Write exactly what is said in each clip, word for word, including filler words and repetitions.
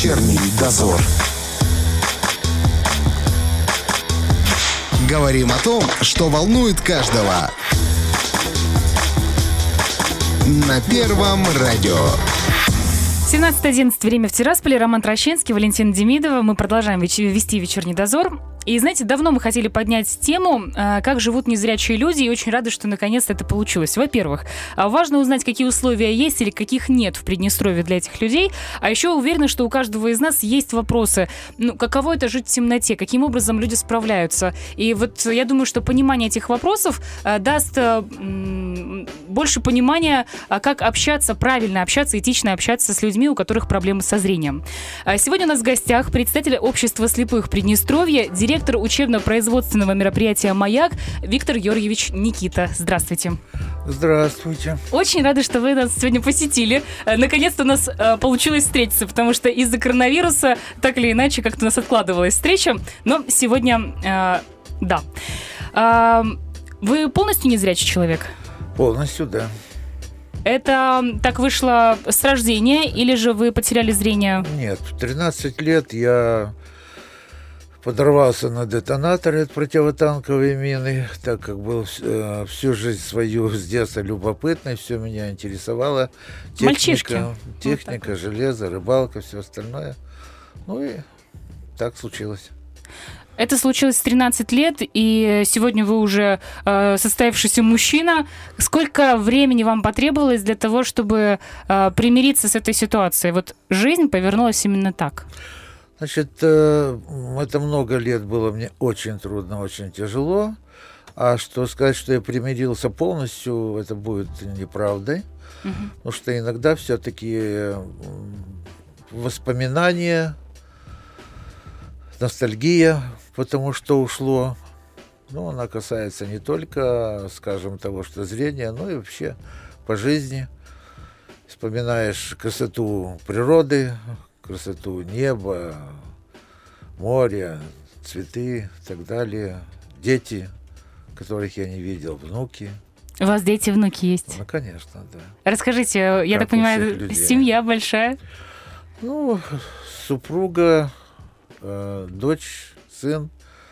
Вечерний дозор. Говорим о том, что волнует каждого. На Первом радио. семнадцать одиннадцать, время в Тирасполе. Роман Трощинский, Валентина Демидова. Мы продолжаем веч- вести вечерний дозор. И, знаете, давно мы хотели поднять тему, как живут незрячие люди, и очень рады, что наконец-то это получилось. Во-первых, важно узнать, какие условия есть или каких нет в Приднестровье для этих людей. А еще уверена, что у каждого из нас есть вопросы. Ну, каково это жить в темноте? Каким образом люди справляются? И вот я думаю, что понимание этих вопросов даст м- больше понимания, как общаться, правильно общаться, этично общаться с людьми, у которых проблемы со зрением. Сегодня у нас в гостях представитель общества слепых Приднестровья, директор Директор учебно-производственного мероприятия «Маяк» Виктор Георгиевич Никита. Здравствуйте. Здравствуйте. Очень рада, что вы нас сегодня посетили. Наконец-то у нас э, получилось встретиться, потому что из-за коронавируса так или иначе как-то у нас откладывалась встреча. Но сегодня, э, да. Э, вы полностью незрячий человек? Полностью, да. Это так вышло с рождения или же вы потеряли зрение? Нет, в тринадцать лет я подорвался на детонаторы от противотанковой мины, так как был э, всю жизнь свою с детства любопытный, все меня интересовало. Техника, Мальчишки. техника, вот железо, рыбалка, все остальное. Ну и так случилось. Это случилось в тринадцать лет, и сегодня вы уже э, состоявшийся мужчина. Сколько времени вам потребовалось для того, чтобы э, примириться с этой ситуацией? Вот жизнь повернулась именно так. Значит, э, это много лет было мне очень трудно, очень тяжело. А что сказать, что я примирился полностью, это будет неправдой. Угу. Потому что иногда все-таки воспоминания, ностальгия, потому что ушло. Ну, она касается не только, скажем, того, что зрение, но и вообще по жизни. Вспоминаешь красоту природы, красоту неба, моря, цветы и так далее. Дети, которых я не видел, внуки. У вас дети, внуки есть? Ну, конечно, да. Расскажите, я как так понимаю, семья большая? Ну, супруга, э, дочь, сын,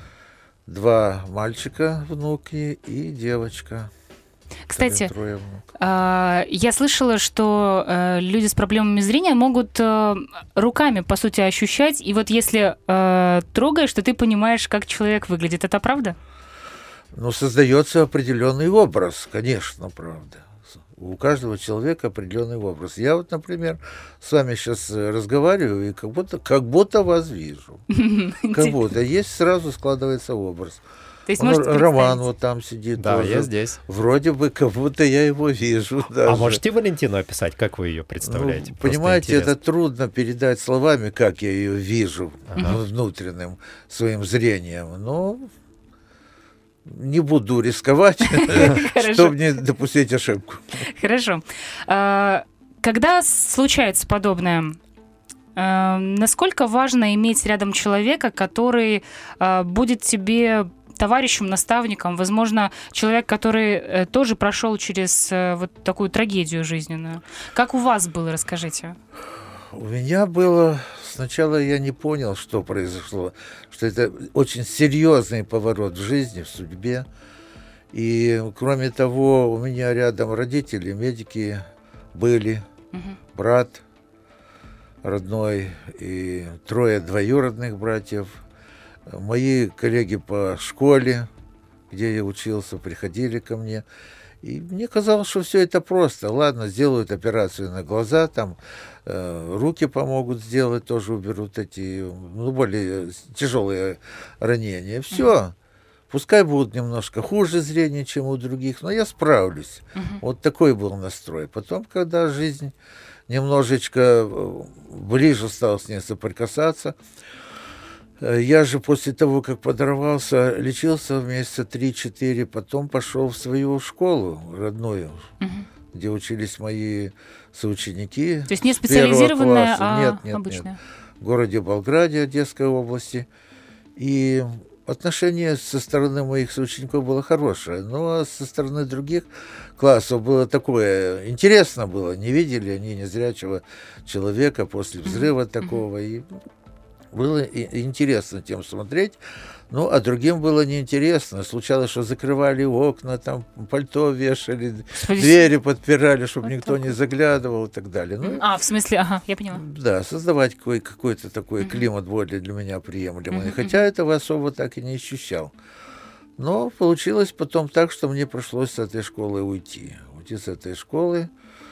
два мальчика, внуки и девочка. Кстати, я слышала, что люди с проблемами зрения могут руками, по сути, ощущать, и вот если трогаешь, то ты понимаешь, как человек выглядит. Это правда? Ну, создается определенный образ, конечно, правда. У каждого человека определенный образ. Я вот, например, с вами сейчас разговариваю и как будто, как будто вас вижу. Как будто. Есть, сразу складывается образ. То есть, Он, Роман вот там сидит. Да, тоже. я здесь. Вроде бы, как будто я его вижу. Даже. А можете Валентину описать, как вы ее представляете? Ну, понимаете, интересно. Это трудно передать словами, как я ее вижу, ага. внутренним своим зрением. Но не буду рисковать, чтобы не допустить ошибку. Хорошо. Когда случается подобное, насколько важно иметь рядом человека, который будет тебе товарищем, наставником, возможно, человек, который э, тоже прошел через э, вот такую трагедию жизненную. Как у вас было, расскажите? У меня было... Сначала я не понял, что произошло, что это очень серьезный поворот в жизни, в судьбе. И, кроме того, у меня рядом родители, медики были, угу. брат родной и трое двоюродных братьев. Мои коллеги по школе, где я учился, приходили ко мне. И мне казалось, что все это просто. Ладно, сделают операцию на глаза, там э, руки помогут сделать, тоже уберут эти, ну, более тяжелые ранения. Все. Пускай будут немножко хуже зрение, чем у других, но я справлюсь. Uh-huh. Вот такой был настрой. Потом, когда жизнь немножечко ближе стала с ней соприкасаться, я же после того, как подорвался, лечился месяца три-четыре, потом пошел в свою школу родную, угу. где учились мои соученики. То есть не специализированная, а нет, нет, обычная? Нет. В городе Болграде Одесской области. И отношение со стороны моих соучеников было хорошее, но со стороны других классов было такое, интересно было, не видели они незрячего человека после взрыва такого, и было и интересно тем смотреть, ну, а другим было неинтересно. Случалось, что закрывали окна, там пальто вешали, Спасибо. Двери подпирали, чтобы Вот никто так не вот. заглядывал и так далее. Ну, А, в смысле, ага, я поняла. да, создавать какой- какой-то такой Мгм. климат более для меня приемлемый. Мгм, Хотя этого особо так и не ощущал. Но получилось потом так, что мне пришлось с этой школы уйти. Уйти с этой школы.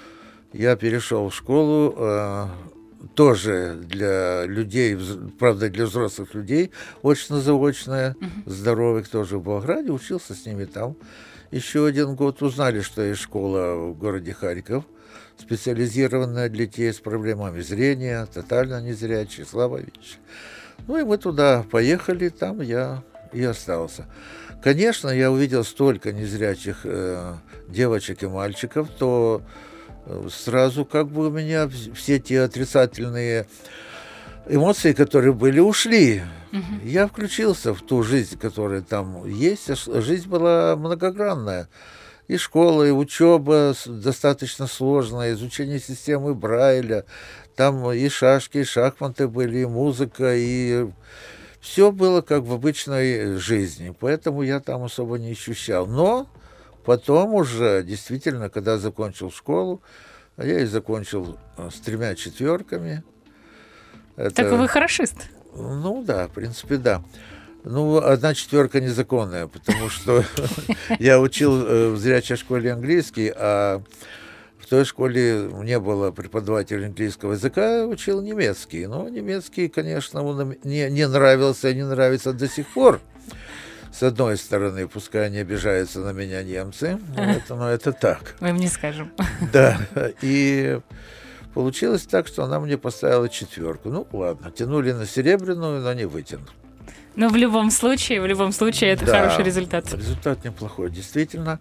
Я перешел в школу, э, тоже для людей, вз- правда, для взрослых людей, очно-заочная, Мгм. здоровых, тоже в Болграде, учился с ними там. Еще один год узнали, что есть школа в городе Харьков, специализированная для детей с проблемами зрения, тотально незрячие, слабовидящие. Ну и мы туда поехали, там я и остался. Конечно, я увидел столько незрячих э, девочек и мальчиков, то э, сразу как бы у меня вс- все те отрицательные эмоции, которые были, ушли. Мгм. Я включился в ту жизнь, которая там есть. А ш- жизнь была многогранная. И школа, и учеба с- достаточно сложная, изучение системы Брайля. Там и шашки, и шахматы были, и музыка, и все было как в обычной жизни. Поэтому я там особо не ощущал. Но потом уже, действительно, когда закончил школу, а я и закончил э, с тремя четверками. Это- Так вы хорошист. ну да, в принципе, да. Ну, одна четверка незаконная, потому что я учил э, в зрячей школе английский, а в той школе не было преподавателя английского языка, я учил немецкий. Но немецкий, конечно, он мне не нравился и не нравится до сих пор. С одной стороны, пускай они обижаются на меня немцы, но это, но это так. Мы им не скажем. Да, и получилось так, что она мне поставила четверку. Ну, ладно, тянули на серебряную, но не вытянули. Но в любом случае, в любом случае, это Да, хороший результат. Результат неплохой, действительно.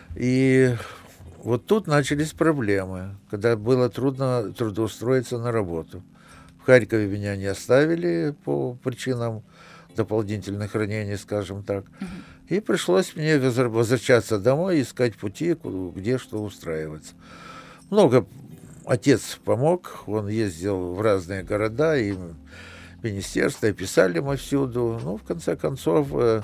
И вот тут начались проблемы, когда было трудно трудоустроиться на работу. В Харькове меня не оставили по причинам дополнительных ранений, скажем так. И пришлось мне возр- возвращаться домой, искать пути, ку- где что устраиваться. Много отец помог, он ездил в разные города, и министерства, и писали мы всюду. Ну, в конце концов, э,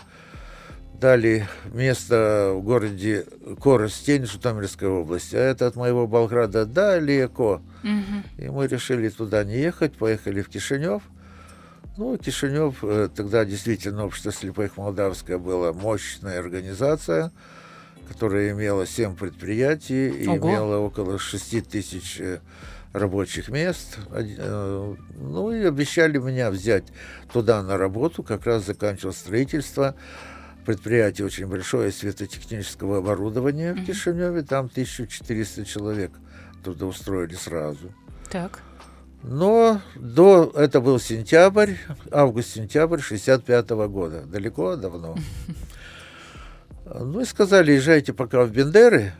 дали место в городе Коростень, Житомирской области. А это от моего Болграда далеко. Мгм. И мы решили туда не ехать, поехали в Кишинев. Ну, Кишинев, э, тогда действительно общество слепых молдавское была мощная организация, которая имела семь предприятий и Ого. имела около шести тысяч э, рабочих мест. Од- э, Ну и обещали меня взять туда на работу, как раз заканчивал строительство. Предприятие очень большое светотехнического оборудования в Мгм. Кишиневе, там тысяча четыреста человек трудоустроили сразу. Так. Но до, это был сентябрь, август-сентябрь шестьдесят пятого года, далеко, давно. Ну и сказали, езжайте пока в Бендеры,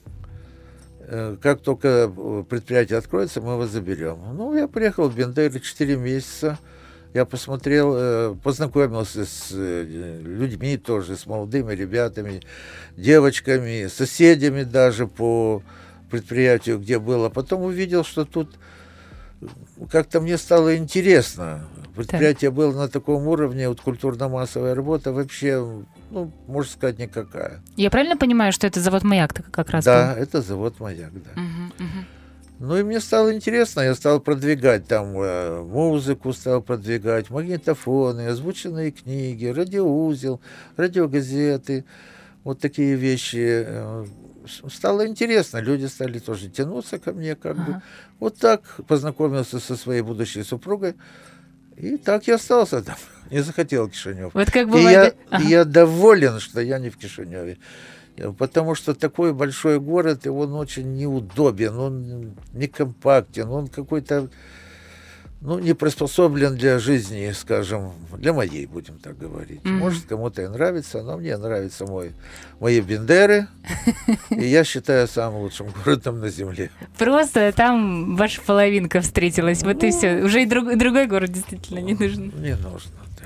Э, как только э, предприятие откроется, мы вас заберем. Ну, я приехал в Бендеры четыре месяца, я посмотрел, э, познакомился с э, людьми тоже, с молодыми ребятами, девочками, соседями даже по предприятию, где было. Потом увидел, что тут как-то мне стало интересно. Предприятие было на таком уровне, вот культурно-массовая работа вообще, ну, можно сказать, никакая. Я правильно понимаю, что это завод «Маяк» как раз Да, был? это завод «Маяк», да. Мгм, мгм. Ну и мне стало интересно, я стал продвигать там э, музыку, стал продвигать магнитофоны, озвученные книги, радиоузел, радиогазеты, вот такие вещи. э, с- Стало интересно, люди стали тоже тянуться ко мне, как бы. Ага. Вот так познакомился со своей будущей супругой, и так я остался там, не захотел Кишинев. Вот как И бывает... я, Ага. и я доволен, что я не в Кишиневе. Потому что такой большой город, и он очень неудобен, он не компактен, он какой-то, ну, не приспособлен для жизни, скажем, для моей, будем так говорить. Мгм. Может, кому-то и нравится, но мне нравятся мой, мои Бендеры, и я считаю самым лучшим городом на земле. Просто там ваша половинка встретилась, вот и все. Уже и друг- другой город действительно не нужен. Не нужно. Да.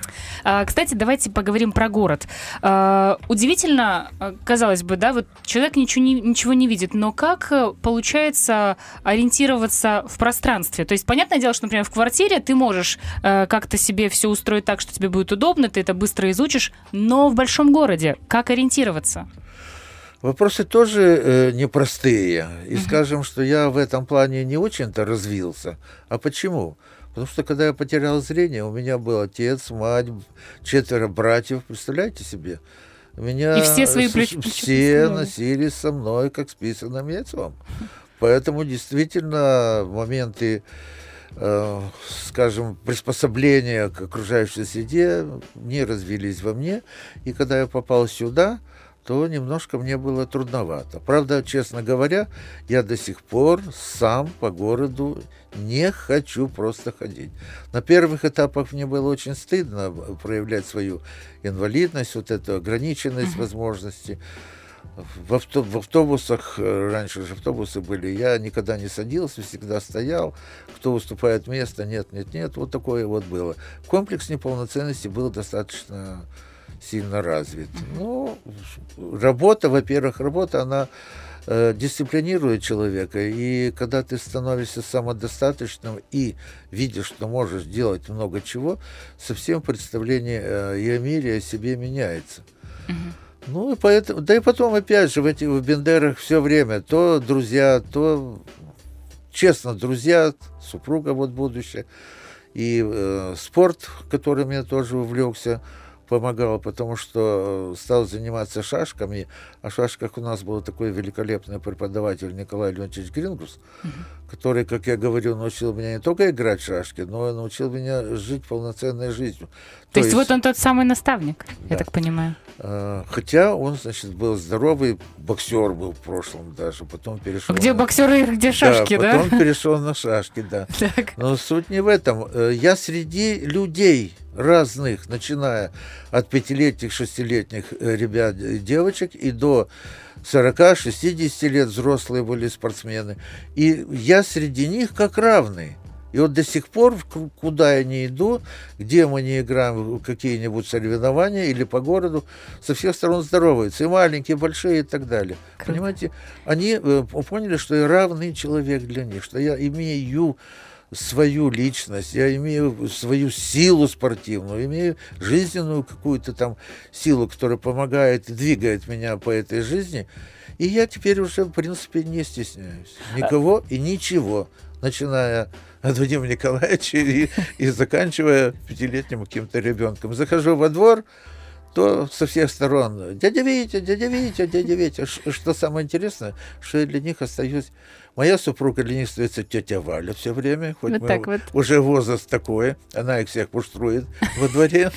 А, кстати, давайте поговорим про город. А, удивительно, казалось бы, да, вот человек ничего не, ничего не видит, но как получается ориентироваться в пространстве? То есть, понятное дело, что, например, в квартире ты можешь а, как-то себе все устроить так, что тебе будет удобно, ты это быстро изучишь, но в большом городе как ориентироваться? Вопросы тоже э, непростые. И mm-hmm. скажем, что я в этом плане не очень-то развился. А почему? Потому что, когда я потерял зрение, у меня был отец, мать, четверо братьев. Представляете себе? Меня и все свои плечи, все носились со мной, как с писаным яйцом. Поэтому действительно моменты, э, скажем, приспособления к окружающей среде не развились во мне. И когда я попал сюда, то немножко мне было трудновато. Правда, честно говоря, я до сих пор сам по городу не хочу просто ходить. На первых этапах мне было очень стыдно проявлять свою инвалидность, вот эту ограниченность uh-huh. возможностей. В, авто, в автобусах, раньше же автобусы были, я никогда не садился, всегда стоял. Кто уступает место, нет, нет, нет. Вот такое вот было. Комплекс неполноценности был достаточно сильно развит. Ну, работа, во-первых, работа, она э, дисциплинирует человека, и когда ты становишься самодостаточным и видишь, что можешь делать много чего, совсем представление э, и о мире, и о себе меняется. Uh-huh. Ну, и поэтому, да и потом, опять же, в этих в Бендерах все время то друзья, то, честно, друзья, супруга вот будущая, и э, спорт, которым я тоже увлекся, помогал, потому что стал заниматься шашками. А в шашках у нас был такой великолепный преподаватель Николай Леонтьевич Грингус, uh-huh. который, как я говорю, научил меня не только играть в шашки, но и научил меня жить полноценной жизнью. То, То есть, есть вот он тот самый наставник, да. Я так понимаю. Хотя он, значит, был здоровый, боксер был в прошлом даже, потом перешел... Где на... боксеры, где шашки, да? Потом да? перешел на шашки, да. Так. Но суть не в этом. Я среди людей разных, начиная от пятилетних, шестилетних ребят и девочек и до сорока-шестидесяти лет взрослые были спортсмены. И я среди них как равный. И вот до сих пор, куда я не иду, где мы не играем в какие-нибудь соревнования или по городу, со всех сторон здороваются. И маленькие, и большие, и так далее. Круто. Понимаете, они э, поняли, что я равный человек для них, что я имею свою личность, я имею свою силу спортивную, имею жизненную какую-то там силу, которая помогает и двигает меня по этой жизни. И я теперь уже, в принципе, не стесняюсь никого и ничего, начиная от Вадима Николаевича и, и заканчивая пятилетним каким-то ребенком. Захожу во двор, то со всех сторон дядя Витя, дядя Витя, дядя Витя. Что самое интересное, что я для них остаюсь... Моя супруга для них остается тетя Валя все время, хоть вот мы вот. Уже возраст такой, она их всех муштрует во дворе,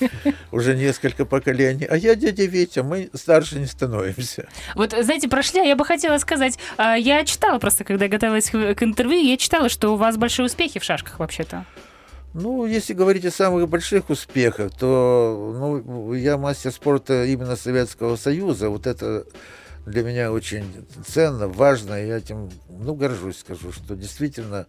уже несколько поколений. А я дядя Витя, мы старше не становимся. Вот, знаете, прошли, я бы хотела сказать, я читала просто, когда готовилась к интервью, я читала, что у вас большие успехи в шашках вообще-то. Ну, если говорить о самых больших успехах, то ну, я мастер спорта именно Советского Союза. Вот это для меня очень ценно, важно. И я этим, ну, горжусь, скажу, что действительно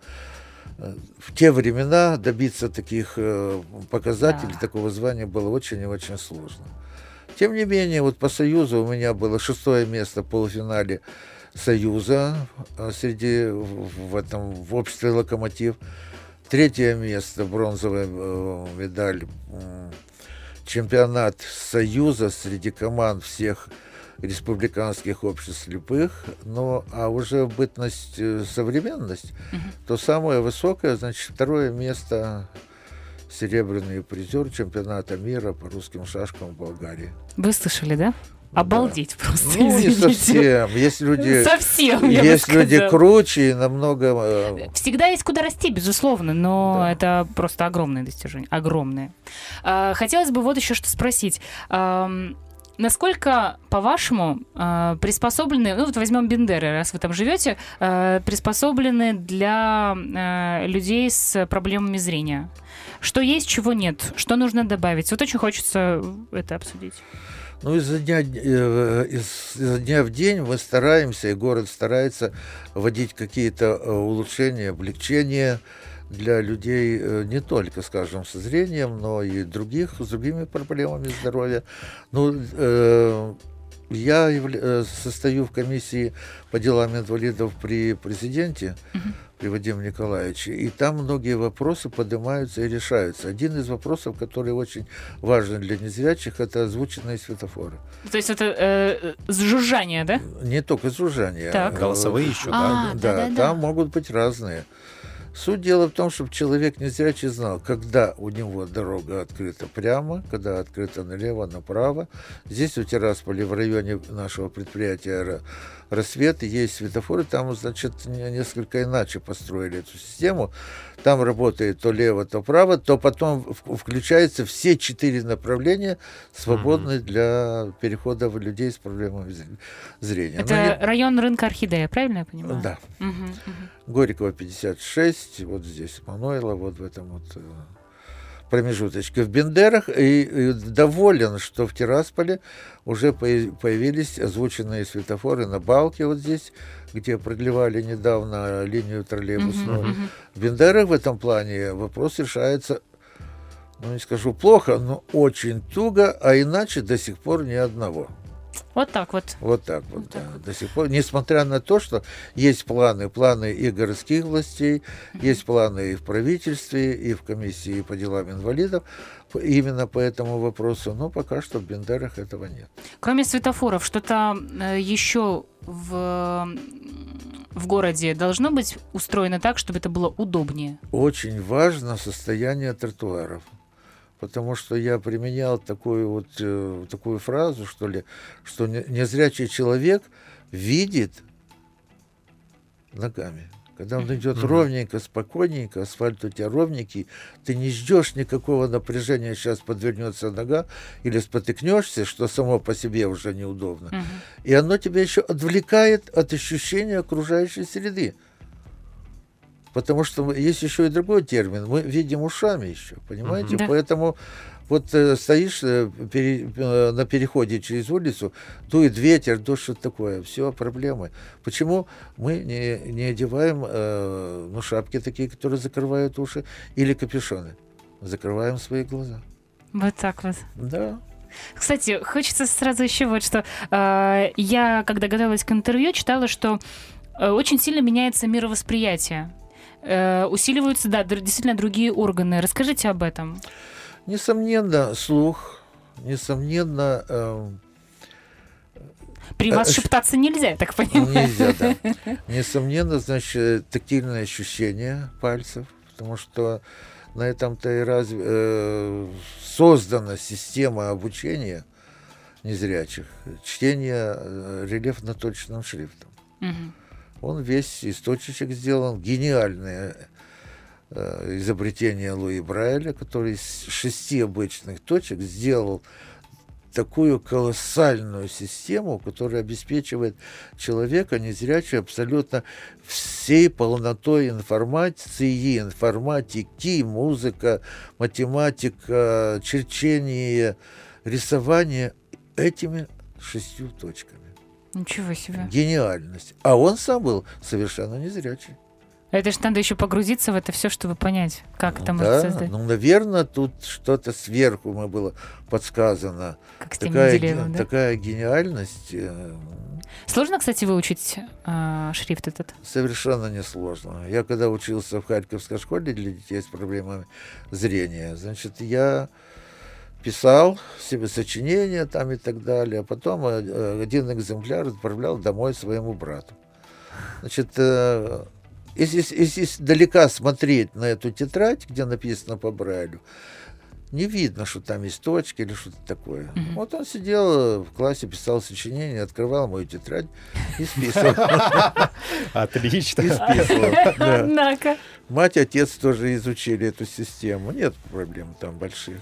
в те времена добиться таких показателей, да. такого звания было очень и очень сложно. Тем не менее, вот по Союзу у меня было шестое место в полуфинале Союза среди в этом в обществе «Локомотив». Третье место, бронзовая э, медаль, э, чемпионат Союза среди команд всех республиканских обществ слепых. Ну, а уже бытность, э, современность, uh-huh. то самое высокое, значит, второе место, серебряный призер чемпионата мира по русским шашкам в Болгарии. Вы слышали, да? Обалдеть да. просто, ну, извините. Не совсем. Есть люди, совсем, я есть люди круче и намного... Всегда есть куда расти, безусловно, но да. это просто огромное достижение. Огромное. Хотелось бы вот еще что спросить. Насколько, по-вашему, приспособлены, ну вот возьмем Бендеры, раз вы там живете, приспособлены для людей с проблемами зрения? Что есть, чего нет? Что нужно добавить? Вот очень хочется это обсудить. Ну, изо дня, из, изо дня в день мы стараемся, и город старается вводить какие-то улучшения, облегчения для людей э, не только, скажем, со зрением, но и других, с другими проблемами здоровья. Ну, э, я явля- э, состою в комиссии по делам инвалидов при президенте, Мгм. при Вадиме Николаевиче, и там многие вопросы поднимаются и решаются. Один из вопросов, который очень важен для незрячих, это озвученные светофоры. То есть это э, жужжание, да? Не только жужжание. Так. Голосовые еще, А, да? Да, да-да-да. там могут быть разные. Суть дела в том, чтобы человек незрячий знал, когда у него дорога открыта прямо, когда открыта налево, направо. Здесь у Тирасполя, в районе нашего предприятия «Ра- «Рассвет», есть светофоры, там, значит, не- несколько иначе построили эту систему. Там работает то лево, то право, то потом в- включаются все четыре направления, свободные для перехода людей с проблемами зр- зрения. Это Но не- район рынка Орхидея, правильно я понимаю? Да. Мгм, мгм. Горького пятьдесят шесть, вот здесь Мануэла, вот в этом вот э, промежуточке в Бендерах. И, и доволен, что в Тирасполе уже появ- появились озвученные светофоры на Балке, вот здесь, где продлевали недавно линию троллейбусную. Мгм, мгм. В Бендерах в этом плане вопрос решается, ну не скажу плохо, но очень туго, а иначе до сих пор ни одного. Вот так вот. Вот так вот, Вот так да, вот. до сих пор. Несмотря на то, что есть планы, планы и городских властей, есть планы и в правительстве, и в комиссии по делам инвалидов, п- именно по этому вопросу, но пока что в Бендерах этого нет. Кроме светофоров, что-то э, еще в, в городе должно быть устроено так, чтобы это было удобнее? Очень важно состояние тротуаров. Потому что я применял такую вот э, такую фразу, что ли, что не- незрячий человек видит ногами. Когда он идет Мгм. ровненько, спокойненько, асфальт у тебя ровненький, ты не ждешь никакого напряжения, сейчас подвернется нога, или спотыкнешься, что само по себе уже неудобно. Мгм. И оно тебя еще отвлекает от ощущения окружающей среды. Потому что мы- есть еще и другой термин. Мы видим ушами еще, понимаете? Мгм. Да. Поэтому вот э, стоишь э, пере- э, на переходе через улицу, дует ветер, дождь, что-то такое. Все, проблемы. Почему мы не, не одеваем э, ну, шапки такие, которые закрывают уши, или капюшоны? Закрываем свои глаза. Вот так вот. Да. Кстати, хочется сразу еще вот что. Э, Я, когда готовилась к интервью, читала, что э, очень сильно меняется мировосприятие. Э, Усиливаются, да, др- действительно другие органы. Расскажите об этом. Несомненно, слух, несомненно, э, При Э, вас ш- шептаться нельзя, я так понимаю. нельзя, да. Несомненно, значит, тактильное ощущение пальцев, потому что на этом-то и раз, э, создана система обучения незрячих, чтение э, рельефно-точным шрифтом. Мгм. Он весь из точечек сделан, гениальное э, изобретение Луи Брайля, который из шести обычных точек сделал такую колоссальную систему, которая обеспечивает человека незрячего абсолютно всей полнотой информации, информатики, музыка, математика, черчение, рисование этими шестью точками. Ничего себе. Гениальность. А он сам был совершенно незрячий. Это же надо еще погрузиться в это все, чтобы понять, как это Ну можно да, создать. ну, наверное, тут что-то сверху мы было подсказано. Как с тем Такая, Менделеевым, ге- да? такая гениальность э, Сложно, кстати, выучить а, шрифт этот? совершенно несложно. Я когда учился в Харьковской школе для детей с проблемами зрения, значит, я писал себе сочинения там и так далее, а потом э, один экземпляр отправлял домой своему брату. Значит, э, если, если издалека смотреть на эту тетрадь, где написано по Брайлю, не видно, что там есть точки или что-то такое. Мгм. Вот он сидел в классе, писал сочинение, открывал мою тетрадь и списывал. Отлично. И списывал, да. Однако. Мать, отец тоже изучили эту систему. Нет проблем там больших.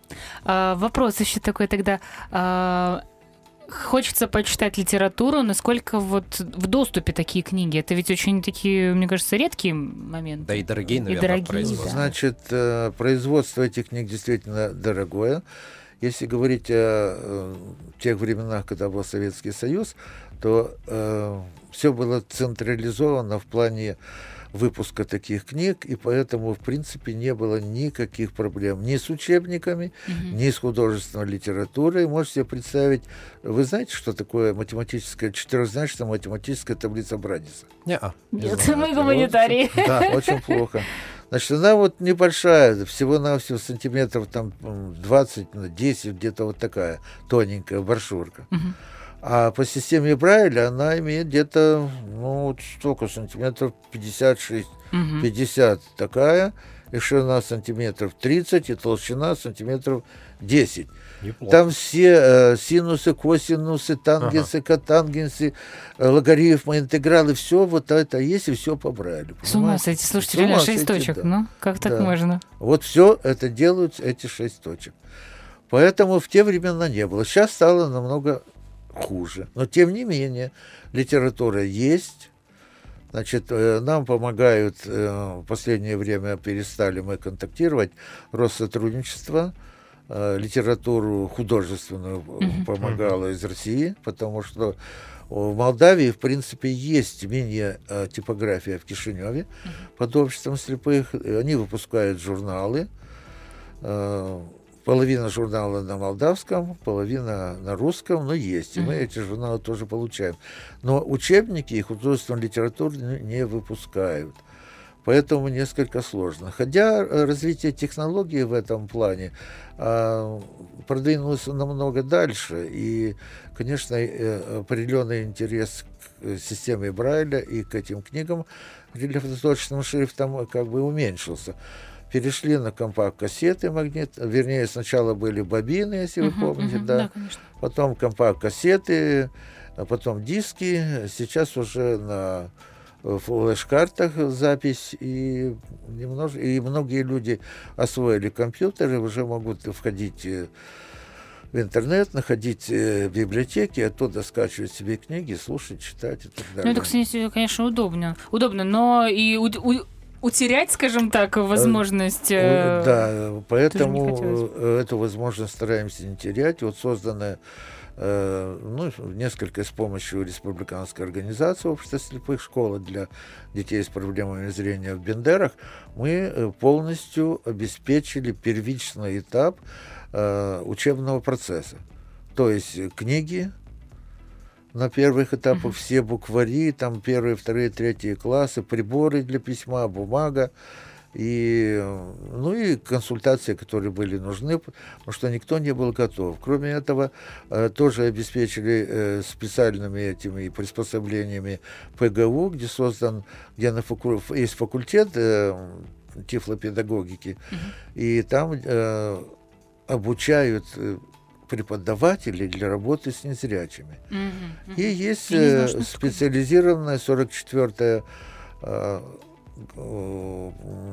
А, вопрос еще такой тогда. А, хочется почитать литературу, насколько вот в доступе такие книги? Это ведь очень такие, мне кажется, редкие моменты. Да и дорогие, наверное, дорогие, в производстве. да. Значит, э, производство этих книг действительно дорогое. Если говорить о э, тех временах, когда был Советский Союз, то все было централизовано в плане выпуска таких книг, и поэтому, в принципе, не было никаких проблем ни с учебниками, угу. ни с художественной литературой. Можете себе представить, вы знаете, что такое математическая, четырехзначная математическая таблица Брадиса? Не-а, не Нет, знаю. Мы гуманитарии. Вот, да, очень плохо. Значит, она вот небольшая, всего-навсего сантиметров там двадцать на десять, где-то вот такая тоненькая брошюрка. Угу. А по системе Брайля она имеет где-то, ну, вот столько, сантиметров пятьдесят шесть, угу. пятьдесят такая, и ширина сантиметров тридцать, и толщина сантиметров десять. Неплохо. Там все э, синусы, косинусы, тангенсы, ага. котангенсы, э, логарифмы, интегралы, все вот это есть, и все по Брайлю. С ума сойти, слушайте, реально шесть точек, да. Ну, как так да. можно? Вот все это делают эти шесть точек. Поэтому в те времена не было. Сейчас стало намного хуже. Но, тем не менее, литература есть. Значит, нам помогают, в последнее время перестали мы контактировать, Россотрудничество, литературу художественную uh-huh. помогало из России, потому что в Молдавии, в принципе, есть мини-типография в Кишиневе uh-huh. под обществом слепых. Они выпускают журналы. Половина журнала на молдавском, половина на русском, но есть. И мы эти журналы тоже получаем. Но учебники и художественную литературу не выпускают. Поэтому несколько сложно. Хотя развитие технологий в этом плане а, продвинулось намного дальше. И, конечно, определенный интерес к системе Брайля и к этим книгам рельефоточным шрифтом как бы уменьшился. Перешли на компакт-кассеты магнит, вернее, сначала были бобины, если uh-huh, вы помните, uh-huh, да, да потом компакт-кассеты, а потом диски, сейчас уже на флеш-картах запись, и, немножко, и многие люди освоили компьютеры, уже могут входить в интернет, находить библиотеки, оттуда скачивать себе книги, слушать, читать и так далее. Ну, это, кстати, конечно, удобно, удобно, но и у, у... утерять, скажем так, возможность... Да, поэтому эту возможность стараемся не терять. Вот созданная, ну, несколько с помощью республиканской организации общества слепых, школа для детей с проблемами зрения в Бендерах, мы полностью обеспечили первичный этап учебного процесса. То есть книги, на первых этапах uh-huh. все буквари, там первые, вторые, третьи классы, приборы для письма, бумага, и, ну и консультации, которые были нужны, потому что никто не был готов. Кроме этого, тоже обеспечили специальными этими приспособлениями ПГУ, где создан, где на факу, есть факультет тифлопедагогики, uh-huh. и там э, обучают преподавателей для работы с незрячими. Mm-hmm, mm-hmm. И есть э, знаю, специализированная сорок четвёртая э, э,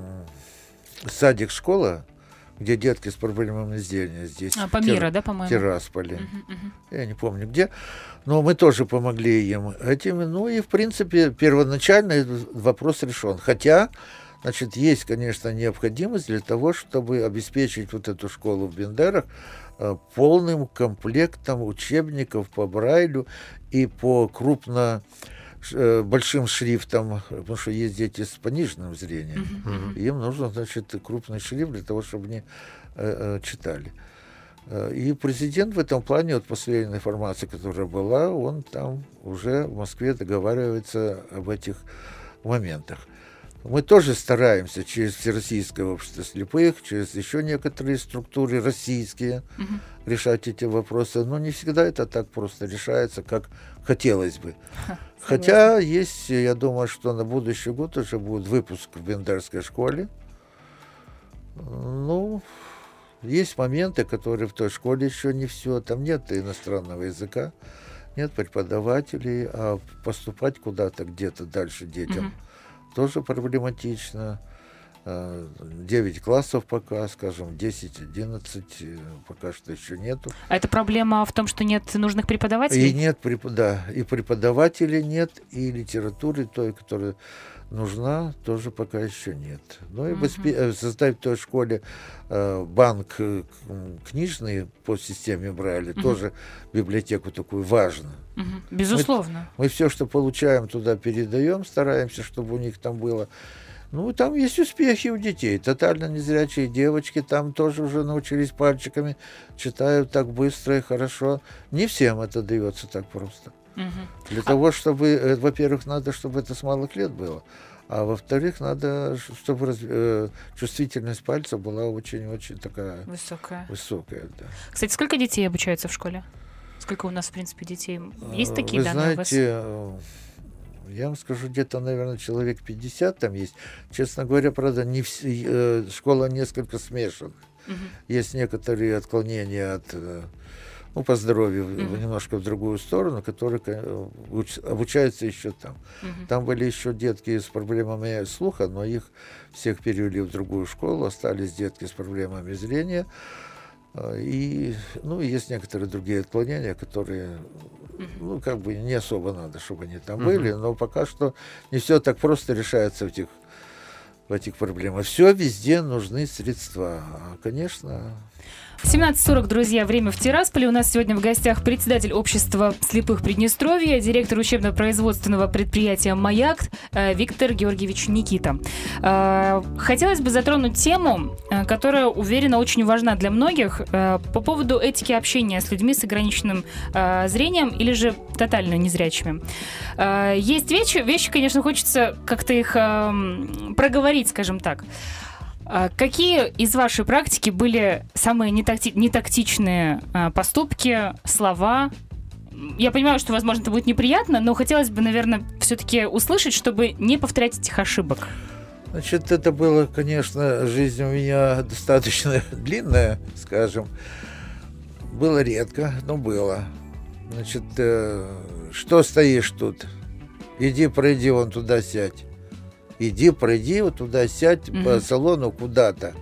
садик-школа, где детки с проблемами зрения здесь, а, по миру, да, по-моему? В Тирасполе. Uh-huh, uh-huh. Я не помню где. Но мы тоже помогли им этим. Ну и, в принципе, первоначально вопрос решен. Хотя, значит, есть, конечно, необходимость для того, чтобы обеспечить вот эту школу в Бендерах полным комплектом учебников по Брайлю и по крупно большим шрифтам, потому что есть дети с пониженным зрением. Uh-huh. Им нужно, значит, крупный шрифт для того, чтобы они э, э, читали. И президент в этом плане, вот последняя информация, которая была, он там уже в Москве договаривается об этих моментах. Мы тоже стараемся через Всероссийское общество слепых, через еще некоторые структуры российские uh-huh. решать эти вопросы, но не всегда это так просто решается, как хотелось бы. Ха, Хотя есть, я думаю, что на будущий год уже будет выпуск в Бендерской школе. Ну, есть моменты, которые в той школе еще не все, там нет иностранного языка, нет преподавателей, а поступать куда-то где-то дальше детям uh-huh. тоже проблематично. девять классов пока, скажем, десять-одиннадцать пока что еще нету. А это проблема в том, что нет нужных преподавателей? И нет, да, и преподавателей нет, и литературы той, которая нужна, тоже пока еще нет. Ну и Мгм. воспи- создать в той школе э, банк э, к- книжный по системе Брайля, Мгм. тоже библиотеку такую важно. Мгм. Безусловно. Мы все, что получаем, туда передаем, стараемся, чтобы у них там было. Ну, там есть успехи у детей. Тотально незрячие девочки там тоже уже научились пальчиками, читают так быстро и хорошо. Не всем это дается так просто. Мгм. Для того, чтобы, э, во-первых, надо, чтобы это с малых лет было, а во-вторых, надо, ш- чтобы раз- э, чувствительность пальца была очень-очень такая Высокая. высокая. Да. Кстати, сколько детей обучаются в школе? Сколько у нас, в принципе, детей? Есть Э, такие Вы данные у вас? знаете, э, я вам скажу, где-то, наверное, человек пятьдесят там есть. Честно говоря, правда, не вс- э, школа несколько смешана. Мгм. Есть некоторые отклонения от, э, ну, по здоровью, в- Мгм. немножко в другую сторону, которые э, уч- обучаются еще там. Мгм. Там были еще детки с проблемами слуха, но их всех перевели в другую школу, остались детки с проблемами зрения. А, И, ну, и есть некоторые другие отклонения, которые, ну, как бы не особо надо, чтобы они там Мгм. были, но пока что не все так просто решается в этих, в этих проблемах. Все везде нужны средства. А, конечно, семнадцать сорок, друзья, время в Тирасполе. У нас сегодня в гостях председатель общества слепых Приднестровья, директор учебно-производственного предприятия «Маяк» э, Виктор Георгиевич Никита. Э, Хотелось бы затронуть тему, э, которая, уверена, очень важна для многих, э, по поводу этики общения с людьми с ограниченным э, зрением или же тотально незрячими. Э, Есть вещи, вещи, конечно, хочется как-то их эм, проговорить, скажем так. А Какие из вашей практики были самые нетакти- нетактичные а, поступки, слова? Я понимаю, что, возможно, это будет неприятно, но хотелось бы, наверное, все-таки услышать, чтобы не повторять этих ошибок. значит, это было, конечно, жизнь у меня достаточно длинная, скажем. Было редко, но было. Значит, э, что стоишь тут? Иди, пройди вон туда, сядь. Иди, пройди вот туда, сядь Мгм. по салону куда-то.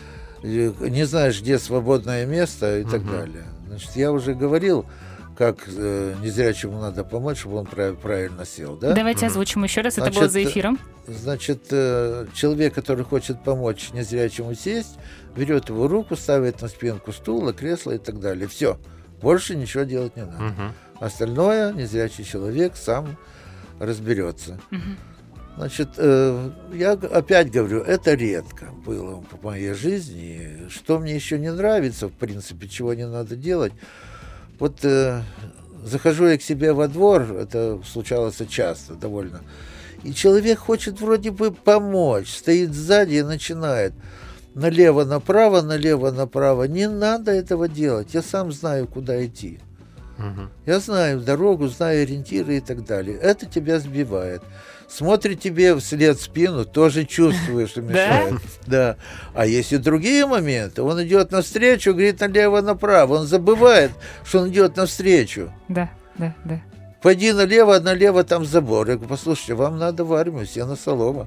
Э, Не знаешь, где свободное место и так Мгм. далее. Значит, я уже говорил, как э, незрячему надо помочь, чтобы он прав- правильно сел, да? Давайте Мгм. озвучим еще раз. Это Значит, было за эфиром. Значит, э, человек, который хочет помочь незрячему сесть, берет его руку, ставит на спинку стула, кресла и так далее. Все. Больше ничего делать не надо. Мгм. Остальное незрячий человек сам разберется. Мгм. Значит, э, я г- опять говорю, это редко было в моей жизни. Что мне еще не нравится, в принципе, чего не надо делать. Вот э, захожу я к себе во двор, это случалось часто довольно, и человек хочет вроде бы помочь, стоит сзади и начинает налево-направо, налево-направо. Не надо этого делать, я сам знаю, куда идти. Мгм. Я знаю дорогу, знаю ориентиры и так далее. Это тебя сбивает. Смотрит тебе вслед спину, тоже чувствуешь, что мешает. Да. А есть и другие моменты. Он идет навстречу, говорит налево-направо. Он забывает, что он идет навстречу. Да, да, да. Пойди налево, а налево там забор. Я говорю, послушайте, вам надо в армию, сено солома.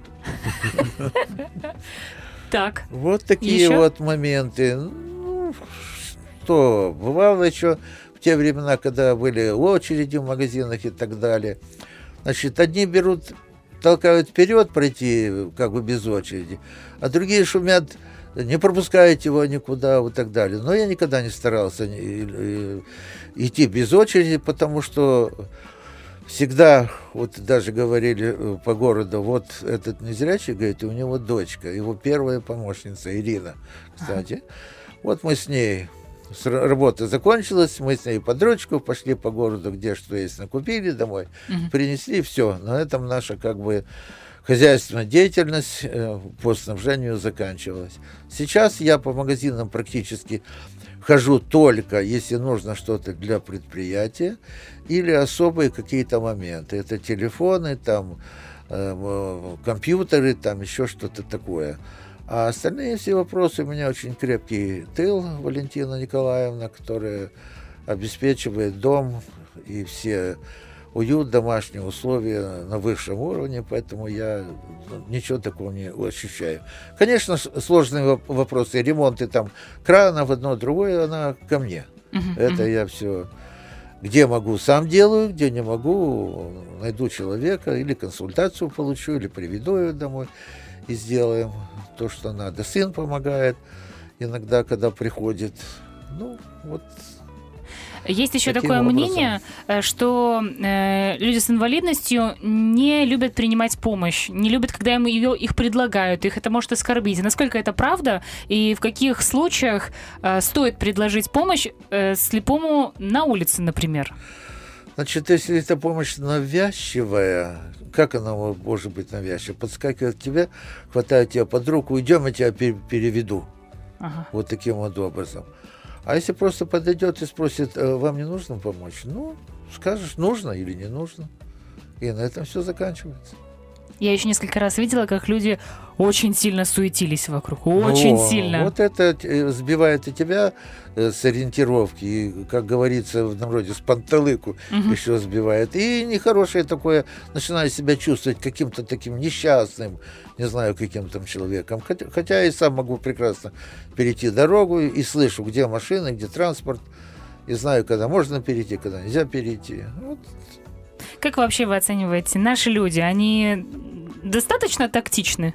Так. Вот такие Еще? вот моменты. Ну, что, бывало еще в те времена, когда были очереди в магазинах и так далее. Значит, одни берут, толкают вперед пройти, как бы без очереди, а другие шумят, не пропускают его никуда, вот так далее. Но я никогда не старался ни- э, идти без очереди, потому что всегда, вот даже говорили э, по городу, вот этот незрячий, говорит, у него дочка, его первая помощница, Ирина, кстати. Вот мы с ней, с ра- работа закончилась, мы с ней под ручку пошли по городу, где что есть, накупили домой, Мгм. принесли, все. На этом наша как бы хозяйственная деятельность э, по снабжению заканчивалась. Сейчас я по магазинам практически хожу только, если нужно что-то для предприятия или особые какие-то моменты. Это телефоны, там, э, м, компьютеры, там еще что-то такое. А остальные все вопросы у меня очень крепкий тыл, Валентина Николаевна, которая обеспечивает дом и все уют, домашние условия на высшем уровне, поэтому я ну, ничего такого не ощущаю. Конечно, с- сложные воп- вопросы, ремонты там кранов, одно, другое, она ко мне. Мгм. Это Мгм. я все Где могу, сам делаю, где не могу, найду человека, или консультацию получу, или приведу ее домой и сделаем то, что надо. Сын помогает иногда, когда приходит. Ну, вот. Есть еще Таким такое образом. мнение, э, что э, люди с инвалидностью не любят принимать помощь, не любят, когда им ее, их предлагают, их это может оскорбить. Насколько это правда? И в каких случаях э, стоит предложить помощь э, слепому на улице, например? Значит, если эта помощь навязчивая, как она может быть навязчивая? Подскакивает к тебе, хватает тебя под руку, идем, я тебя пер- переведу. Ага. Вот таким вот образом. А если просто подойдет и спросит, вам не нужно помочь? Ну, скажешь, нужно или не нужно. И на этом все заканчивается. Я еще несколько раз видела, как люди очень сильно суетились вокруг. Очень Но сильно. Вот это э, сбивает и тебя э, с ориентировки, и, как говорится в народе, с панталыку Мгм. еще сбивает. И нехорошее такое, начинаю себя чувствовать каким-то таким несчастным, не знаю, каким там человеком. Хотя, хотя я и сам могу прекрасно перейти дорогу и слышу, где машины, где транспорт, и знаю, когда можно перейти, когда нельзя перейти. Вот. Как вообще вы оцениваете, наши люди, они достаточно тактичны?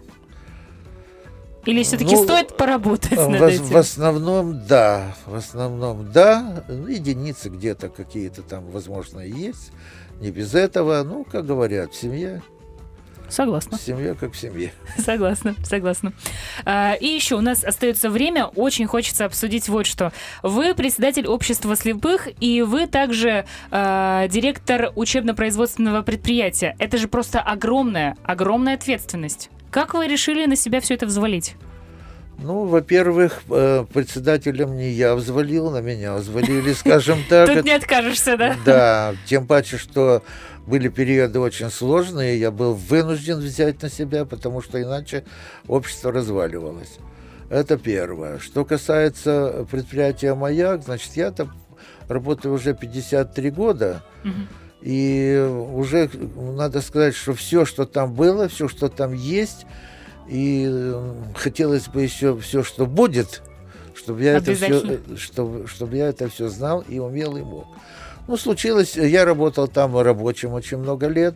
Или все-таки Ну, стоит поработать над В, этим? в основном, да. В основном, да. Ну, единицы где-то какие-то там, возможно, и есть. Не без этого. Ну, как говорят, в семье. Согласна. В семье как в семье. Согласна, согласна. А, и еще у нас остается время, очень хочется обсудить вот что. Вы председатель общества слепых, и вы также а, директор учебно-производственного предприятия. Это же просто огромная, огромная ответственность. Как вы решили на себя все это взвалить? Ну, во-первых, э, председателем не я взвалил, на меня взвалили, скажем так. Тут Это- не откажешься, да? Да, тем паче, что были периоды очень сложные, я был вынужден взять на себя, потому что иначе общество разваливалось. Это первое. Что касается предприятия «Маяк», значит, я там работаю уже пятьдесят три года, Мгм. и уже надо сказать, что все, что там было, все, что там есть, и э, хотелось бы еще все, что будет, чтобы я это все, Обязательно. чтобы, чтобы я это все знал и умел и мог. Ну, случилось, я работал там рабочим очень много лет,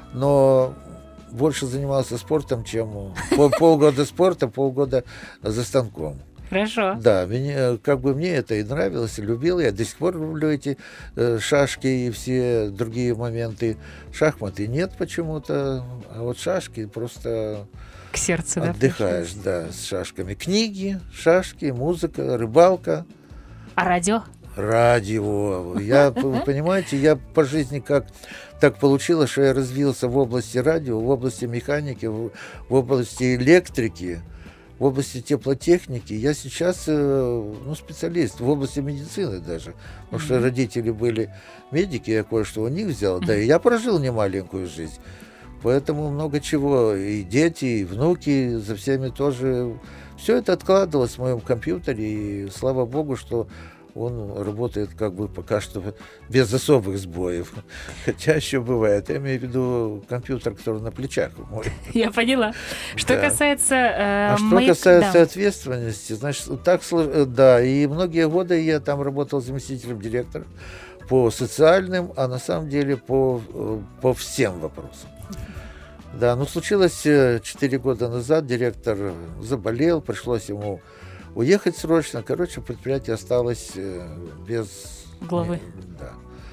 но больше занимался спортом, чем пол- полгода спорта, полгода за станком. Хорошо. Да, мне, как бы мне это и нравилось, и любил. Я до сих пор люблю эти э, шашки и все другие моменты. Шахматы нет почему-то, а вот шашки просто К сердцу, да? отдыхаешь, да, с шашками. Книги, шашки, музыка, рыбалка. А радио? Радио. Я, вы понимаете, я по жизни как так получилось, что я развился в области радио, в области механики, в, в области электрики, в области теплотехники. Я сейчас э, ну, специалист в области медицины даже. Потому что Мгм. родители были медики, я кое-что у них взял. Да, и я прожил немаленькую жизнь. Поэтому много чего. И дети, и внуки, за всеми тоже. Все это откладывалось в моем компьютере. И слава богу, что он работает как бы пока что без особых сбоев. Хотя еще бывает. Я имею в виду компьютер, который на плечах мой. Я поняла. Что Да. касается... э, А что моих- касается да. ответственности, значит, так сло- да, и многие годы я там работал заместителем директора по социальным, а на самом деле по, э, по всем вопросам. Да, ну случилось четыре года назад, директор заболел, пришлось ему уехать срочно. Короче, предприятие осталось э, без... Главы. Да.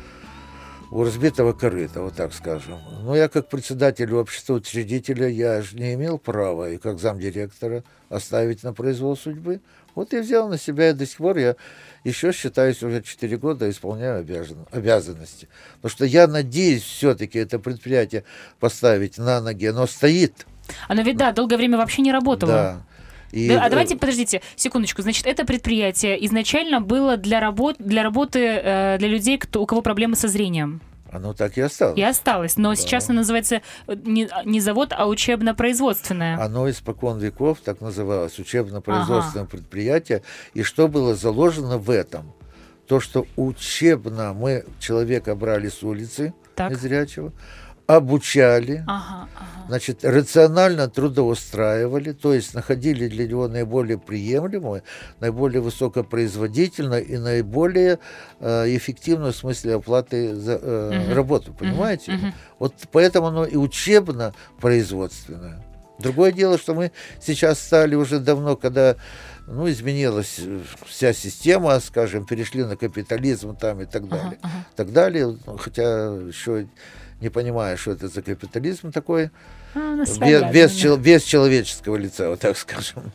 У разбитого корыта, вот так скажем. Но я как председатель общества учредителя, я же не имел права, и как замдиректора, оставить на произвол судьбы. Вот я взял на себя, и до сих пор я еще считаюсь уже четыре года исполняю обязан, обязанности. Потому что я надеюсь все-таки это предприятие поставить на ноги, оно стоит. Оно ведь, да, долгое время вообще не работало. Да. И, Да, а э, давайте, подождите, секундочку. Значит, это предприятие изначально было для, работ, для работы э, для людей, кто, у кого проблемы со зрением. Оно так и осталось. И осталось. Но Да. сейчас оно называется э, не, не завод, а учебно-производственное. Оно испокон веков так называлось, учебно-производственное предприятие. И что было заложено в этом? То, что учебно мы человека брали с улицы, Так. незрячего, обучали, Ага, ага. значит, рационально трудоустраивали, то есть находили для него наиболее приемлемую, наиболее высокопроизводительную и наиболее э, эффективную в смысле оплаты за э, Мгм. работу, понимаете? Мгм. Вот поэтому оно и учебно-производственное. Другое дело, что мы сейчас стали уже давно, когда ну, изменилась э, вся система, скажем, перешли на капитализм там и так далее, Ага, ага. так далее, ну, хотя еще не понимаю, что это за капитализм такой, А, ну, без, своя, без, да. чел- без человеческого лица, вот так скажем,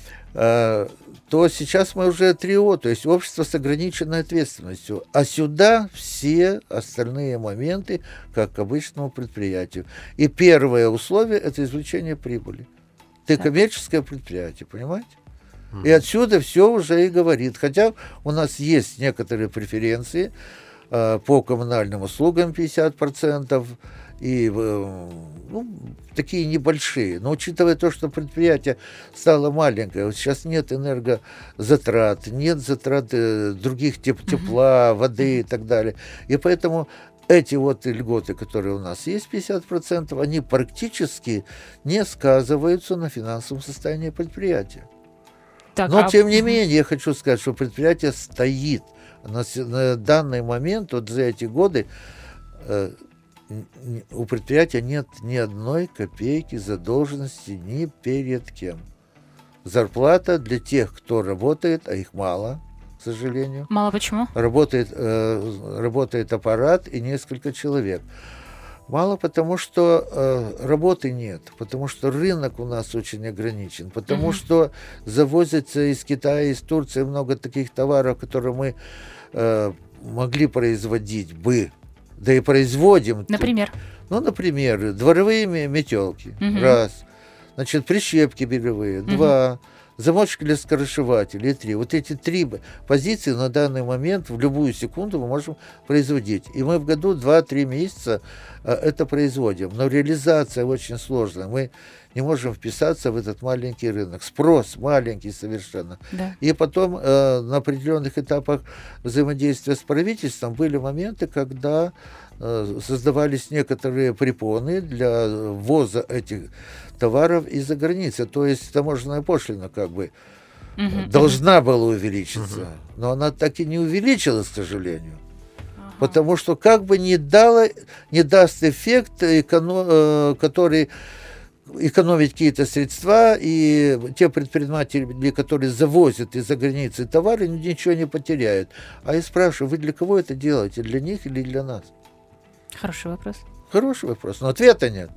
А, то сейчас мы уже трио, то есть общество с ограниченной ответственностью. А сюда все остальные моменты, как к обычному предприятию. И первое условие – это извлечение прибыли. Ты Так. коммерческое предприятие, понимаете? И отсюда все уже и говорит. Хотя у нас есть некоторые преференции э, по коммунальным услугам пятьдесят процентов, и э, ну, такие небольшие. Но учитывая то, что предприятие стало маленькое, вот сейчас нет энергозатрат, нет затрат э, других тип тепла, воды и так далее. И поэтому эти вот льготы, которые у нас есть, пятьдесят процентов, они практически не сказываются на финансовом состоянии предприятия. Так, Но, а- тем не менее, я хочу сказать, что предприятие стоит. На, с- на данный момент, вот за эти годы, э, н- н- у предприятия нет ни одной копейки задолженности ни перед кем. Зарплата для тех, кто работает, а их мало, к сожалению. Мало почему? Работает, э, работает аппарат и несколько человек. Мало потому, что э, работы нет, потому что рынок у нас очень ограничен, потому Мгм. что завозится из Китая, из Турции много таких товаров, которые мы э, могли производить бы, да и производим. Например? Ну, например, дворовые ме- метелки, Мгм. раз, значит, прищепки бельевые, Мгм. два, замочки для скоросшивателей, три. Вот эти три б- позиции на данный момент в любую секунду мы можем производить. И мы в году два-три месяца э, это производим. Но реализация очень сложная. Мы не можем вписаться в этот маленький рынок. Спрос маленький совершенно. Да. И потом э, на определенных этапах взаимодействия с правительством были моменты, когда э, создавались некоторые препоны для ввоза этих товаров из-за границы. То есть таможенная пошлина как бы Мгм. должна была увеличиться, но она так и не увеличилась, к сожалению. Ага. Потому что как бы не, дало, не даст эффект, эконо- э, который экономить какие-то средства, и те предприниматели, которые завозят из-за границы товары, ничего не потеряют. А я спрашиваю, вы для кого это делаете? Для них или для нас? Хороший вопрос. Хороший вопрос, но ответа нет.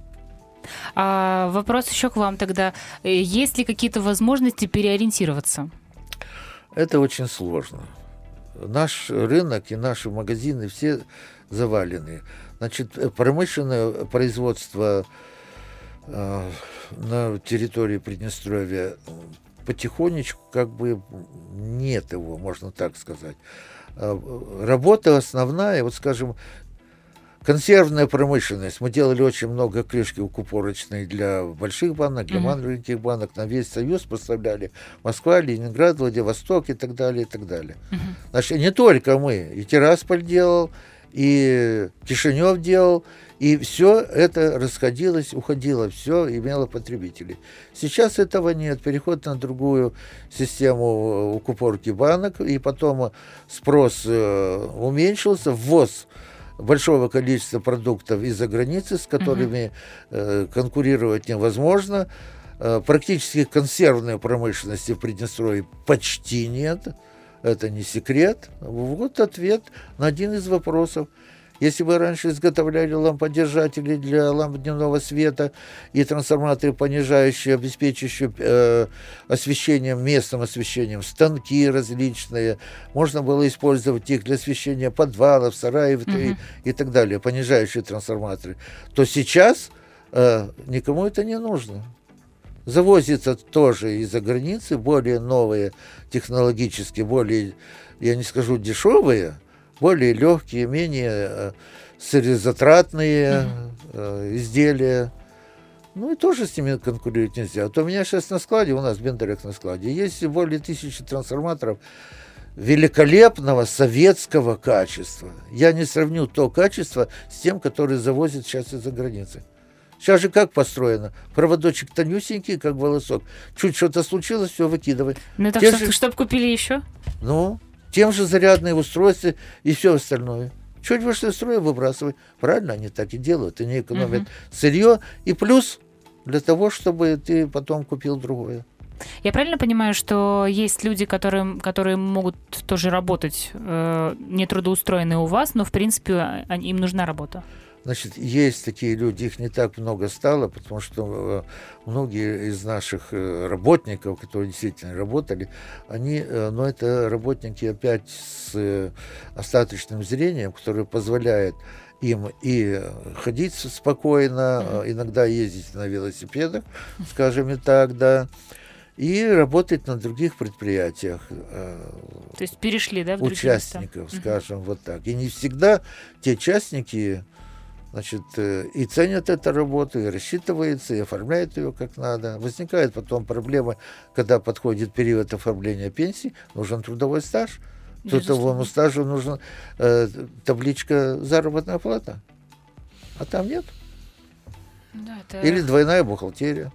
А вопрос еще к вам тогда. Э, Есть ли какие-то возможности переориентироваться? Это очень сложно. Наш рынок и наши магазины все завалены. Значит, промышленное производство э, на территории Приднестровья потихонечку как бы нет его, можно так сказать. Э, Работа основная, вот скажем, консервная промышленность. Мы делали очень много крышки укупорочной для больших банок, для Мгм. маленьких банок. На весь Союз поставляли Москва, Ленинград, Владивосток и так далее, и так далее. Мгм. Значит, не только мы. И Тирасполь делал, и Кишинев делал, и все это расходилось, уходило, все имело потребителей. Сейчас этого нет. Переход на другую систему укупорки банок, и потом спрос э, уменьшился, ввоз большого количества продуктов из-за границы, с которыми э, конкурировать невозможно. Э, практически консервной промышленности в Приднестровье почти нет. Это не секрет. Вот ответ на один из вопросов. Если вы раньше изготовляли ламподержатели для ламп дневного света и трансформаторы, понижающие, обеспечивающие э, освещением, местным освещением, станки различные, можно было использовать их для освещения подвалов, сараев и, Мгм. и так далее, понижающие трансформаторы, то сейчас э, никому это не нужно. Завозится тоже из-за границы более новые технологически, более, я не скажу дешевые, более легкие, менее э, сырьезатратные э, изделия. Ну и тоже с ними конкурировать нельзя. Вот у меня сейчас на складе, у нас в Бендерах на складе, есть более тысячи трансформаторов великолепного советского качества. Я не сравню то качество с тем, которое завозят сейчас из-за границы. Сейчас же как построено? Проводочек тонюсенький, как волосок. Чуть что-то случилось, все выкидывай. Ну так Те что, же- чтоб купили еще? Ну, тем же зарядные устройства и все остальное. Чуть выше из строя выбрасывай. Правильно, они так и делают. Они экономят Мгм. сырье. И плюс для того, чтобы ты потом купил другое. Я правильно понимаю, что есть люди, которые, которые могут тоже работать, э, не трудоустроенные у вас, но, в принципе, они- им нужна работа? Значит, есть такие люди, их не так много стало, потому что э, многие из наших э, работников, которые действительно работали, они, э, но это работники опять с э, остаточным зрением, которое позволяет им и ходить спокойно, э, иногда ездить на велосипедах, скажем и так, да, и работать на других предприятиях. э, То есть перешли, да, в другие места? участников, Мгм. скажем, вот так. И не всегда те частники, значит, э, и ценят эту работу, и рассчитываются, и оформляют ее как надо. Возникает потом проблема, когда подходит период оформления пенсии, нужен трудовой стаж. Трудовому Безусловно. стажу нужна э, табличка заработная плата. А там нет. Да, это... Или двойная бухгалтерия.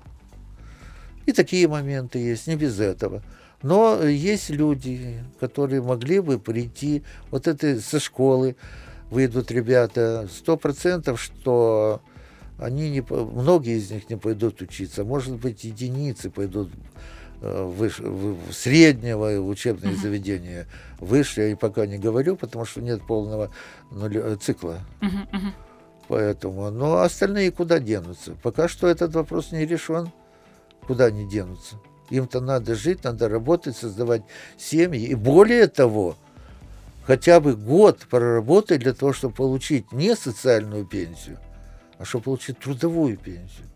И такие моменты есть, не без этого. Но есть люди, которые могли бы прийти, вот это со школы выйдут ребята, сто процентов, что они не, по- многие из них не пойдут учиться, может быть, единицы пойдут э, выше, в, в среднего учебное Мгм. заведение выше, я и пока не говорю, потому что нет полного нуля- цикла. Мгм, мгм. Поэтому, но остальные куда денутся? Пока что этот вопрос не решен. Куда они денутся? Им-то надо жить, надо работать, создавать семьи. И более того, хотя бы год проработать для того, чтобы получить не социальную пенсию, а чтобы получить трудовую пенсию.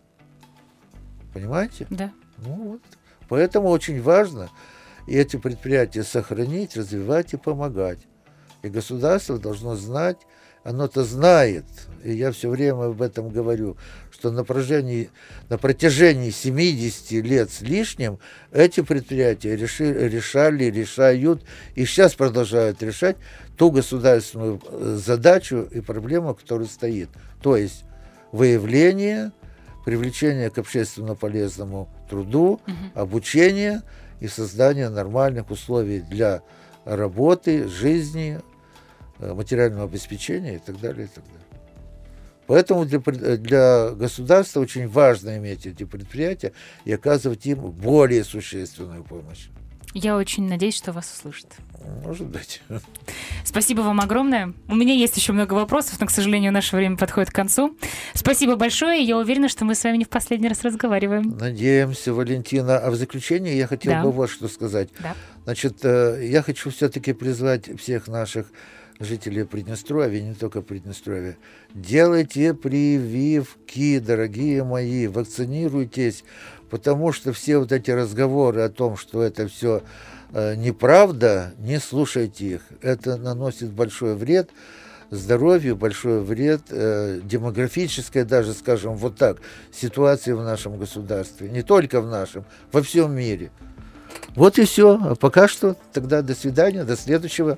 Понимаете? Да. Ну вот. Поэтому очень важно эти предприятия сохранить, развивать и помогать. И государство должно знать, оно-то знает, и я все время об этом говорю, что на протяжении, на протяжении семидесяти лет с лишним эти предприятия реши, решали, решают и сейчас продолжают решать ту государственную э, задачу и проблему, которая стоит. То есть выявление, привлечение к общественно полезному труду, Мгм. обучение и создание нормальных условий для работы, жизни, э, материального обеспечения и так далее, и так далее. Поэтому для, пред- для государства очень важно иметь эти предприятия и оказывать им более существенную помощь. Я очень надеюсь, что вас услышат. Может быть. Спасибо вам огромное. У меня есть еще много вопросов, но, к сожалению, наше время подходит к концу. Спасибо большое. Я уверена, что мы с вами не в последний раз разговариваем. Надеемся, Валентина. А в заключение я хотел Да. бы вот что сказать. Да. Значит, э, я хочу все-таки призвать всех наших жителей Приднестровья, не только Приднестровья, делайте прививки, дорогие мои, вакцинируйтесь, потому что все вот эти разговоры о том, что это все э, неправда, не слушайте их. Это наносит большой вред здоровью, большой вред э, демографической, даже, скажем, вот так, ситуации в нашем государстве. Не только в нашем, во всем мире. Вот и все. А пока что тогда до свидания, до следующего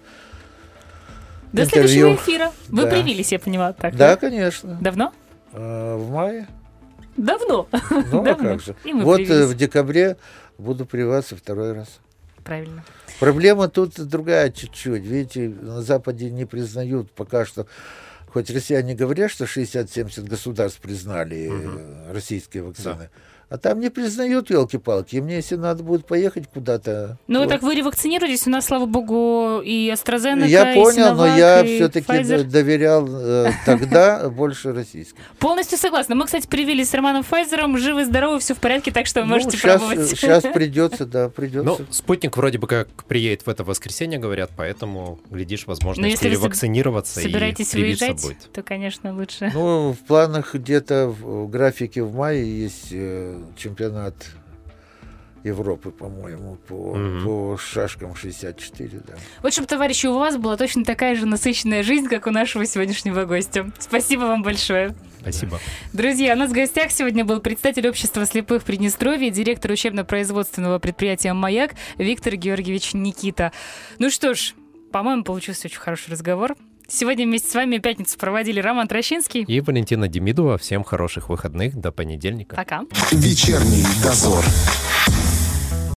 До интервью. следующего эфира. Вы Да. привились, я поняла. Так, Да, конечно. Давно? А, в мае. Давно. Ну, а Давно. как же. И мы Вот э, привились. в декабре буду прививаться второй раз. Правильно. Проблема тут другая чуть-чуть. Видите, на Западе не признают пока что, хоть россияне говорят, что шестьдесят-семьдесят государств признали э, российские вакцины, а там не признают, елки-палки. И мне, если надо будет поехать куда-то... Ну, то- так вы ревакцинируетесь. У нас, слава богу, и AstraZeneca, Я и понял, но Sinovac, я и все-таки Pfizer. доверял э, тогда больше российским. Полностью согласна. Мы, кстати, привились с Романом Файзером. Живы-здоровы, все в порядке, так что вы можете сейчас, пробовать. сейчас придется, да, Ну, придется. спутник вроде бы как приедет в это воскресенье, говорят, поэтому, глядишь, возможно, Но если если вы соб- ревакцинироваться и Собираетесь привиться выезжать, будет. то, конечно, лучше. Ну, в планах где-то в в графике в мае есть э, чемпионат Европы, по-моему, по, Мгм. по шашкам шестьдесят четыре, да. Вот чтобы, товарищи, у вас была точно такая же насыщенная жизнь, как у нашего сегодняшнего гостя. Спасибо вам большое. Спасибо. Друзья, у нас в гостях сегодня был представитель общества слепых Приднестровья, директор учебно-производственного предприятия «Маяк» Виктор Георгиевич Никита. Ну что ж, по-моему, получился очень хороший разговор. Сегодня вместе с вами пятницу проводили Роман Трощинский. И Валентина Демидова. Всем хороших выходных. До понедельника. Пока. Вечерний дозор.